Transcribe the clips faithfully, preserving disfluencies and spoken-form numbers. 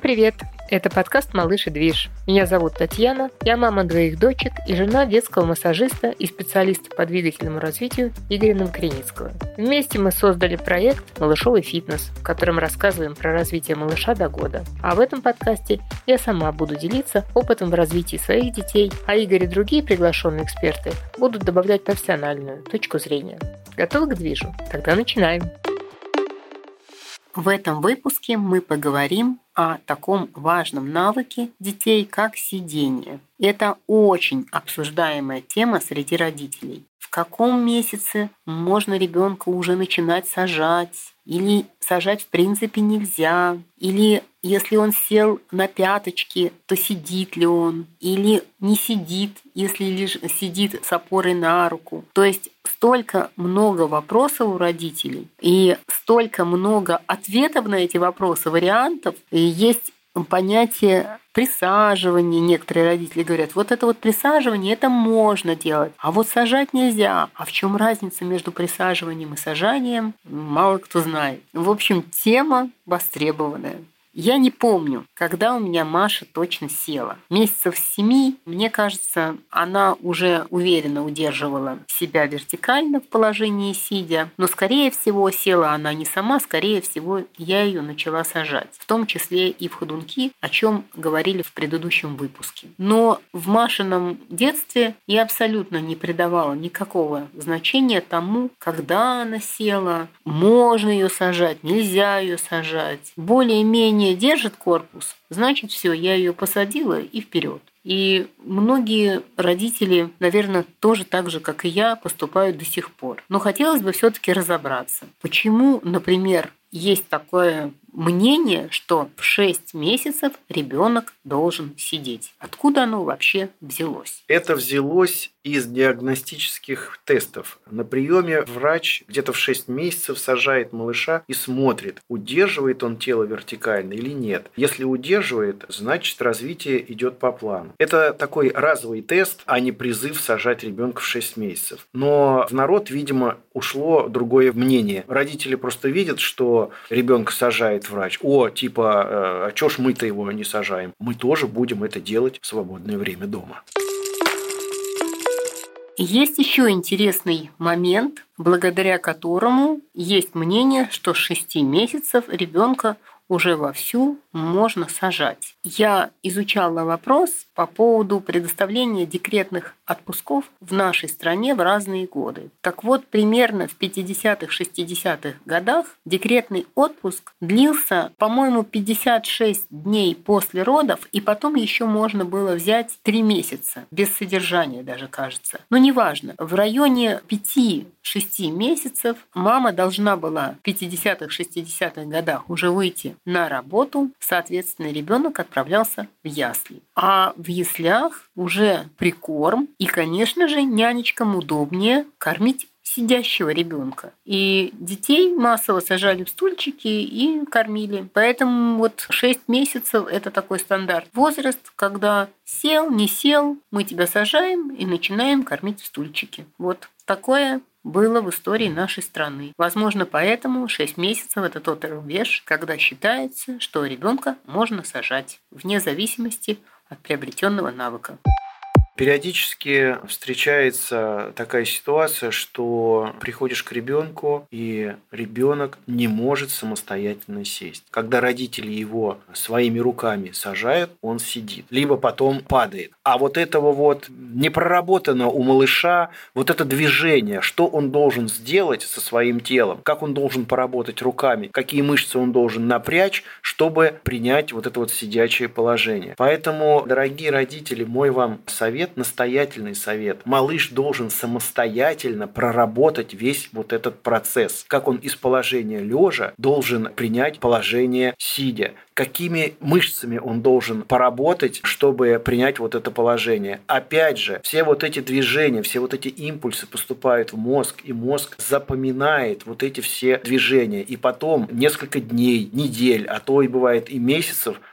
привет! Это подкаст «Малыш и движ». Меня зовут Татьяна, я мама двоих дочек и жена детского массажиста и специалиста по двигательному развитию Игоря Новокреницкого. Вместе мы создали проект «Малышовый фитнес», в котором рассказываем про развитие малыша до года. А в этом подкасте я сама буду делиться опытом в развитии своих детей, а Игорь и другие приглашенные эксперты будут добавлять профессиональную точку зрения. Готовы к движу? Тогда начинаем! В этом выпуске мы поговорим о таком важном навыке детей, как сидение. Это очень обсуждаемая тема среди родителей. В каком месяце можно ребенка уже начинать сажать? Или сажать в принципе нельзя? Или если он сел на пяточки, то сидит ли он? Или не сидит, если лишь сидит с опорой на руку? То есть столько много вопросов у родителей и столько много ответов на эти вопросы, вариантов. И есть понятие присаживания. Некоторые родители говорят, вот это вот присаживание, это можно делать, а вот сажать нельзя. А в чем разница между присаживанием и сажанием, мало кто знает. В общем, тема востребованная. Я не помню, когда у меня Маша точно села. Месяцев с семи, мне кажется, она уже уверенно удерживала себя вертикально в положении сидя, но, скорее всего, села она не сама, скорее всего, я ее начала сажать, в том числе и в ходунки, о чем говорили в предыдущем выпуске. Но в Машином детстве я абсолютно не придавала никакого значения тому, когда она села, можно ее сажать, нельзя ее сажать. Более-менее держит корпус, значит, все, я ее посадила и вперед. И многие родители, наверное, тоже так же, как и я, поступают до сих пор. Но хотелось бы все-таки разобраться, почему, например, есть такое мнение, что в шесть месяцев ребенок должен сидеть. Откуда оно вообще взялось? Это взялось из диагностических тестов. На приеме врач где-то в шесть месяцев сажает малыша и смотрит, удерживает он тело вертикально или нет. Если удерживает, значит развитие идет по плану. Это такой разовый тест, а не призыв сажать ребенка в шесть месяцев. Но в народ, видимо, ушло другое мнение. Родители просто видят, что ребенка сажает врач. О, типа, а чё ж мы-то его не сажаем? Мы тоже будем это делать в свободное время дома. Есть еще интересный момент, благодаря которому есть мнение, что с шести месяцев ребенка уже вовсю можно сажать. Я изучала вопрос по поводу предоставления декретных отпусков в нашей стране в разные годы. Так вот, примерно в пятидесятых-шестидесятых годах декретный отпуск длился, по-моему, пятьдесят шесть дней после родов, и потом еще можно было взять три месяца, без содержания даже, кажется. Но неважно, в районе пяти-шести месяцев мама должна была в пятидесятых-шестидесятых годах уже выйти на работу, соответственно, ребенок отправлялся в ясли. А в яслях уже прикорм, и, конечно же, нянечкам удобнее кормить сидящего ребенка. И детей массово сажали в стульчики и кормили. Поэтому вот шесть месяцев – это такой стандарт. Возраст, когда сел, не сел, мы тебя сажаем и начинаем кормить в стульчике. Вот такое было в истории нашей страны. Возможно, поэтому шесть месяцев – это тот рубеж, когда считается, что ребенка можно сажать, вне зависимости от приобретенного навыка. Периодически встречается такая ситуация, что приходишь к ребенку, и ребенок не может самостоятельно сесть. Когда родители его своими руками сажают, он сидит, либо потом падает. А вот этого вот не проработано у малыша, вот это движение, что он должен сделать со своим телом, как он должен поработать руками, какие мышцы он должен напрячь, чтобы принять вот это вот сидячее положение. Поэтому, дорогие родители, мой вам совет, настоятельный совет. Малыш должен самостоятельно проработать весь вот этот процесс. Как он из положения лежа должен принять положение сидя. Какими мышцами он должен поработать, чтобы принять вот это положение. Опять же, все вот эти движения, все вот эти импульсы поступают в мозг, и мозг запоминает вот эти все движения. И потом несколько дней, недель, а то и бывает и месяцев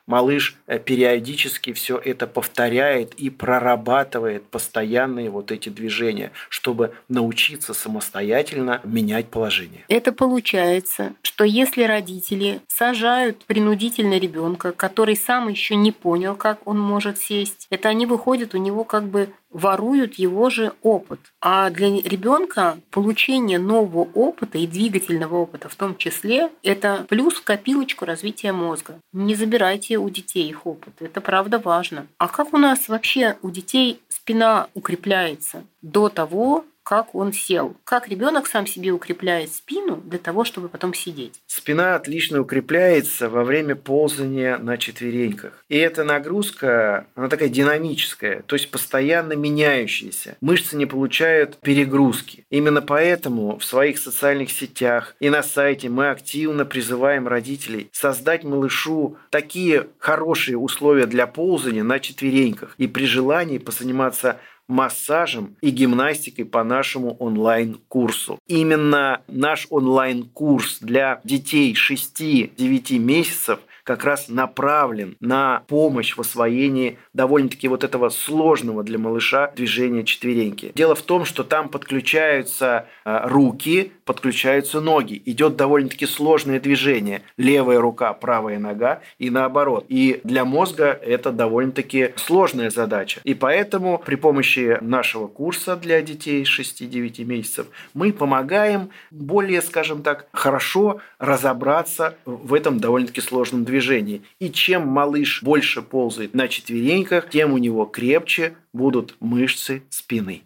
малыш периодически все это повторяет и прорабатывает постоянные вот эти движения, чтобы научиться самостоятельно менять положение. Это получается, что если родители сажают принудительно ребенка, который сам еще не понял, как он может сесть, это они выходят, у него как бы воруют его же опыт. А для ребенка получение нового опыта и двигательного опыта в том числе это плюс в копилочку развития мозга. Не забирайте у детей их опыт. Это правда важно. А как у нас вообще у детей спина укрепляется до того, как он сел? Как ребенок сам себе укрепляет спину для того, чтобы потом сидеть? Спина отлично укрепляется во время ползания на четвереньках. И эта нагрузка, она такая динамическая, то есть постоянно меняющаяся. Мышцы не получают перегрузки. Именно поэтому в своих социальных сетях и на сайте мы активно призываем родителей создать малышу такие хорошие условия для ползания на четвереньках и при желании позаниматься массажем и гимнастикой по нашему онлайн-курсу. Именно наш онлайн-курс для детей шести-девяти месяцев как раз направлен на помощь в освоении довольно-таки вот этого сложного для малыша движения четвереньки. Дело в том, что там подключаются руки, подключаются ноги. Идет довольно-таки сложное движение. Левая рука, правая нога и наоборот. И для мозга это довольно-таки сложная задача. И поэтому при помощи нашего курса для детей шести-девяти месяцев мы помогаем более, скажем так, хорошо разобраться в этом довольно-таки сложном движении. И чем малыш больше ползает на четвереньках, тем у него крепче будут мышцы спины.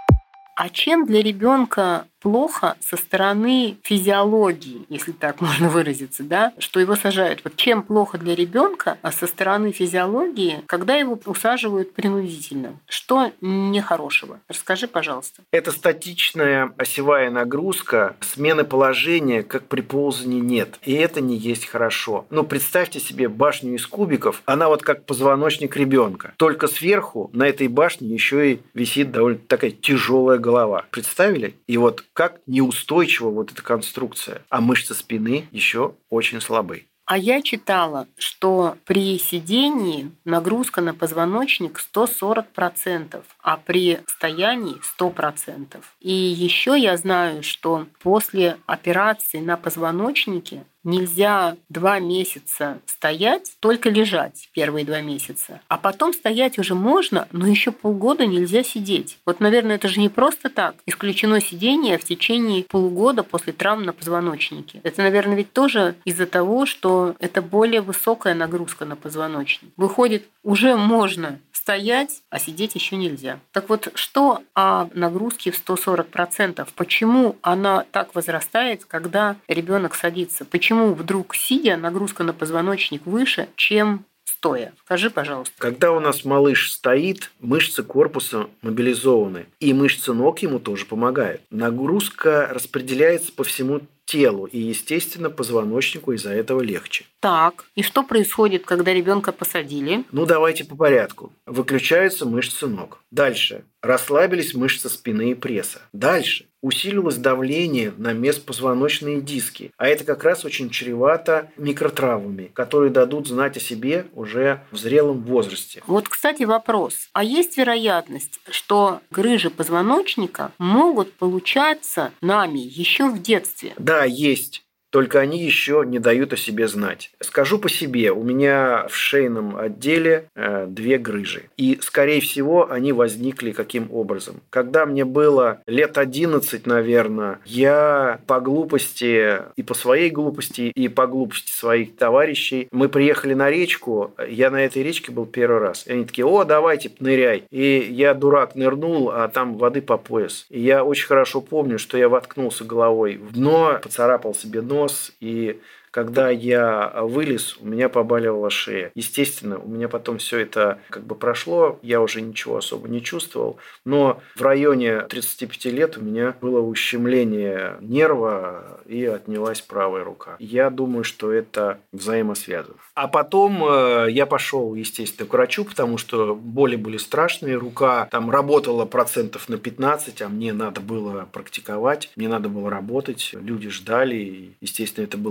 А чем для ребенка плохо со стороны физиологии, если так можно выразиться, да, что его сажают? Вот чем плохо для ребенка, а со стороны физиологии, когда его усаживают принудительно? Что нехорошего? Расскажи, пожалуйста. Это статичная осевая нагрузка, смены положения, как при ползании, нет. И это не есть хорошо. Ну, представьте себе башню из кубиков, она вот как позвоночник ребенка. Только сверху на этой башне еще и висит довольно такая тяжелая голова. Представили? И вот как неустойчива вот эта конструкция, а мышцы спины еще очень слабы. А я читала, что при сидении нагрузка на позвоночник сто сорок процентов, а при стоянии сто процентов. И еще я знаю, что после операции на позвоночнике нельзя два месяца стоять, только лежать первые два месяца. А потом стоять уже можно, но еще полгода нельзя сидеть. Вот, наверное, это же не просто так. Исключено сидение в течение полугода после травм на позвоночнике. Это, наверное, ведь тоже из-за того, что это более высокая нагрузка на позвоночник. Выходит, уже можно стоять, а сидеть еще нельзя. Так вот, что о нагрузке в сто сорок процентов? Почему она так возрастает, когда ребенок садится? Почему вдруг сидя нагрузка на позвоночник выше, чем стоя? Скажи, пожалуйста. Когда у нас малыш стоит, мышцы корпуса мобилизованы, и мышцы ног ему тоже помогают. Нагрузка распределяется по всему телу, и, естественно, позвоночнику из-за этого легче. Так, и что происходит, когда ребенка посадили? Ну, давайте по порядку. Выключаются мышцы ног. Дальше. Расслабились мышцы спины и пресса. Дальше. Усилилось давление на межпозвоночные диски. А это как раз очень чревато микротравмами, которые дадут знать о себе уже в зрелом возрасте. Вот, кстати, вопрос. А есть вероятность, что грыжи позвоночника могут получаться нами еще в детстве? Да, есть. Только они еще не дают о себе знать. Скажу по себе, у меня в шейном отделе э, две грыжи. И, скорее всего, они возникли каким образом? Когда мне было лет одиннадцать, наверное, я по глупости, и по своей глупости, и по глупости своих товарищей, мы приехали на речку, я на этой речке был первый раз. И они такие: о, давайте, ныряй. И я, дурак, нырнул, а там воды по пояс. И я очень хорошо помню, что я воткнулся головой в дно, поцарапал себе нос, и когда я вылез, у меня побаливала шея. Естественно, у меня потом все это как бы прошло, я уже ничего особо не чувствовал, но в районе тридцати пяти лет у меня было ущемление нерва и отнялась правая рука. Я думаю, что это взаимосвязано. А потом я пошел, естественно, к врачу, потому что боли были страшные, рука там работала процентов на пятнадцать, а мне надо было практиковать, мне надо было работать, люди ждали, и, естественно, это был мой хлеб.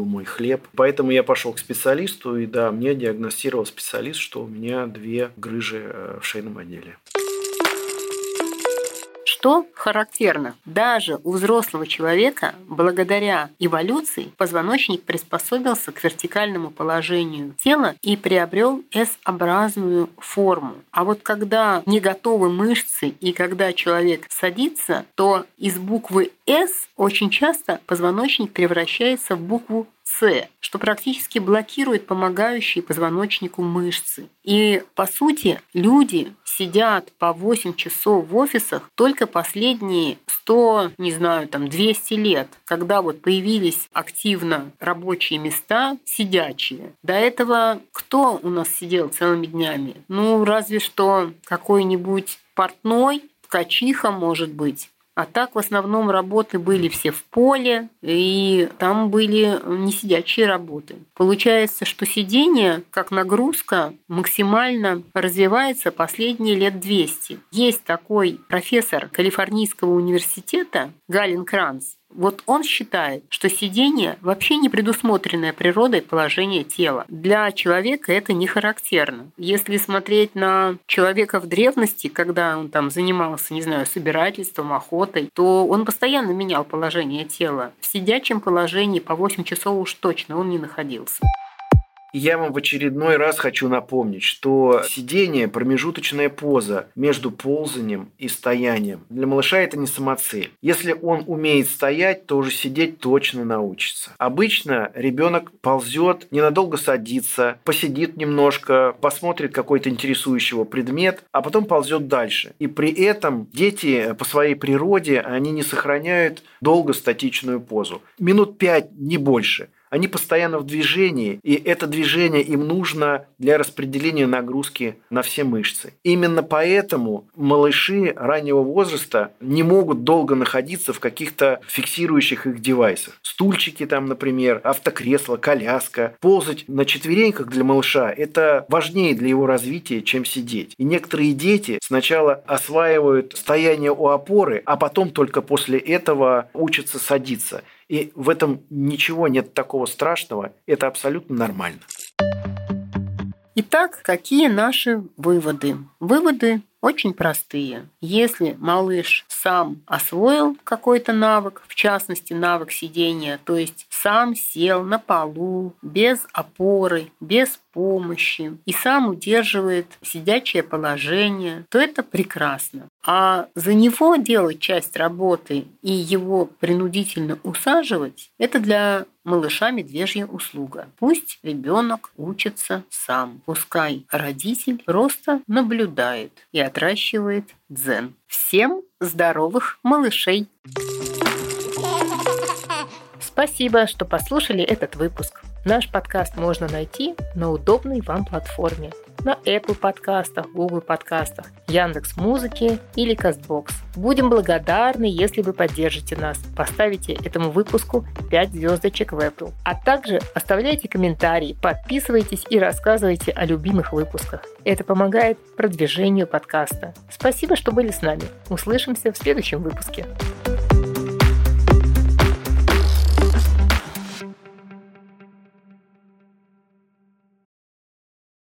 хлеб. Поэтому я пошел к специалисту, и да, мне диагностировал специалист, что у меня две грыжи в шейном отделе. Что характерно, даже у взрослого человека, благодаря эволюции, позвоночник приспособился к вертикальному положению тела и приобрел эс-образную форму. А вот когда не готовы мышцы и когда человек садится, то из буквы «С» очень часто позвоночник превращается в букву «С», что практически блокирует помогающие позвоночнику мышцы. И, по сути, люди сидят по восемь часов в офисах только последние сто, не знаю, там двести лет, когда вот появились активно рабочие места сидячие. До этого кто у нас сидел целыми днями? Ну, разве что какой-нибудь портной, ткачиха, может быть. А так в основном работы были все в поле, и там были не сидячие работы. Получается, что сидение, как нагрузка, максимально развивается последние лет двести. Есть такой профессор Калифорнийского университета Гален Кранц. Вот он считает, что сидение вообще не предусмотренное природой положение тела. Для человека это не характерно. Если смотреть на человека в древности, когда он там занимался, не знаю, собирательством, охотой, то он постоянно менял положение тела. В сидячем положении по восемь часов уж точно он не находился. Я вам в очередной раз хочу напомнить, что сидение – промежуточная поза между ползанием и стоянием. Для малыша это не самоцель. Если он умеет стоять, то уже сидеть точно научится. Обычно ребенок ползет, ненадолго садится, посидит немножко, посмотрит какой-то интересующий его предмет, а потом ползет дальше. И при этом дети по своей природе, они не сохраняют долго статичную позу. Минут пять, не больше. Они постоянно в движении, и это движение им нужно для распределения нагрузки на все мышцы. Именно поэтому малыши раннего возраста не могут долго находиться в каких-то фиксирующих их девайсах. Стульчики там, например, автокресло, коляска. Ползать на четвереньках для малыша – это важнее для его развития, чем сидеть. И некоторые дети сначала осваивают стояние у опоры, а потом только после этого учатся садиться. И в этом ничего нет такого страшного, это абсолютно нормально. Итак, какие наши выводы? Выводы очень простые. Если малыш сам освоил какой-то навык, в частности навык сидения, то есть сам сел на полу, без опоры, без помощи, и сам удерживает сидячее положение, то это прекрасно. А за него делать часть работы и его принудительно усаживать, это для малыша медвежья услуга. Пусть ребенок учится сам. Пускай родитель просто наблюдает и отращивает дзен. Всем здоровых малышей! Спасибо, что послушали этот выпуск. Наш подкаст можно найти на удобной вам платформе. На Apple подкастах, Google подкастах, Яндекс.Музыке или Castbox. Будем благодарны, если вы поддержите нас. Поставите этому выпуску пять звездочек в Apple. А также оставляйте комментарии, подписывайтесь и рассказывайте о любимых выпусках. Это помогает продвижению подкаста. Спасибо, что были с нами. Услышимся в следующем выпуске.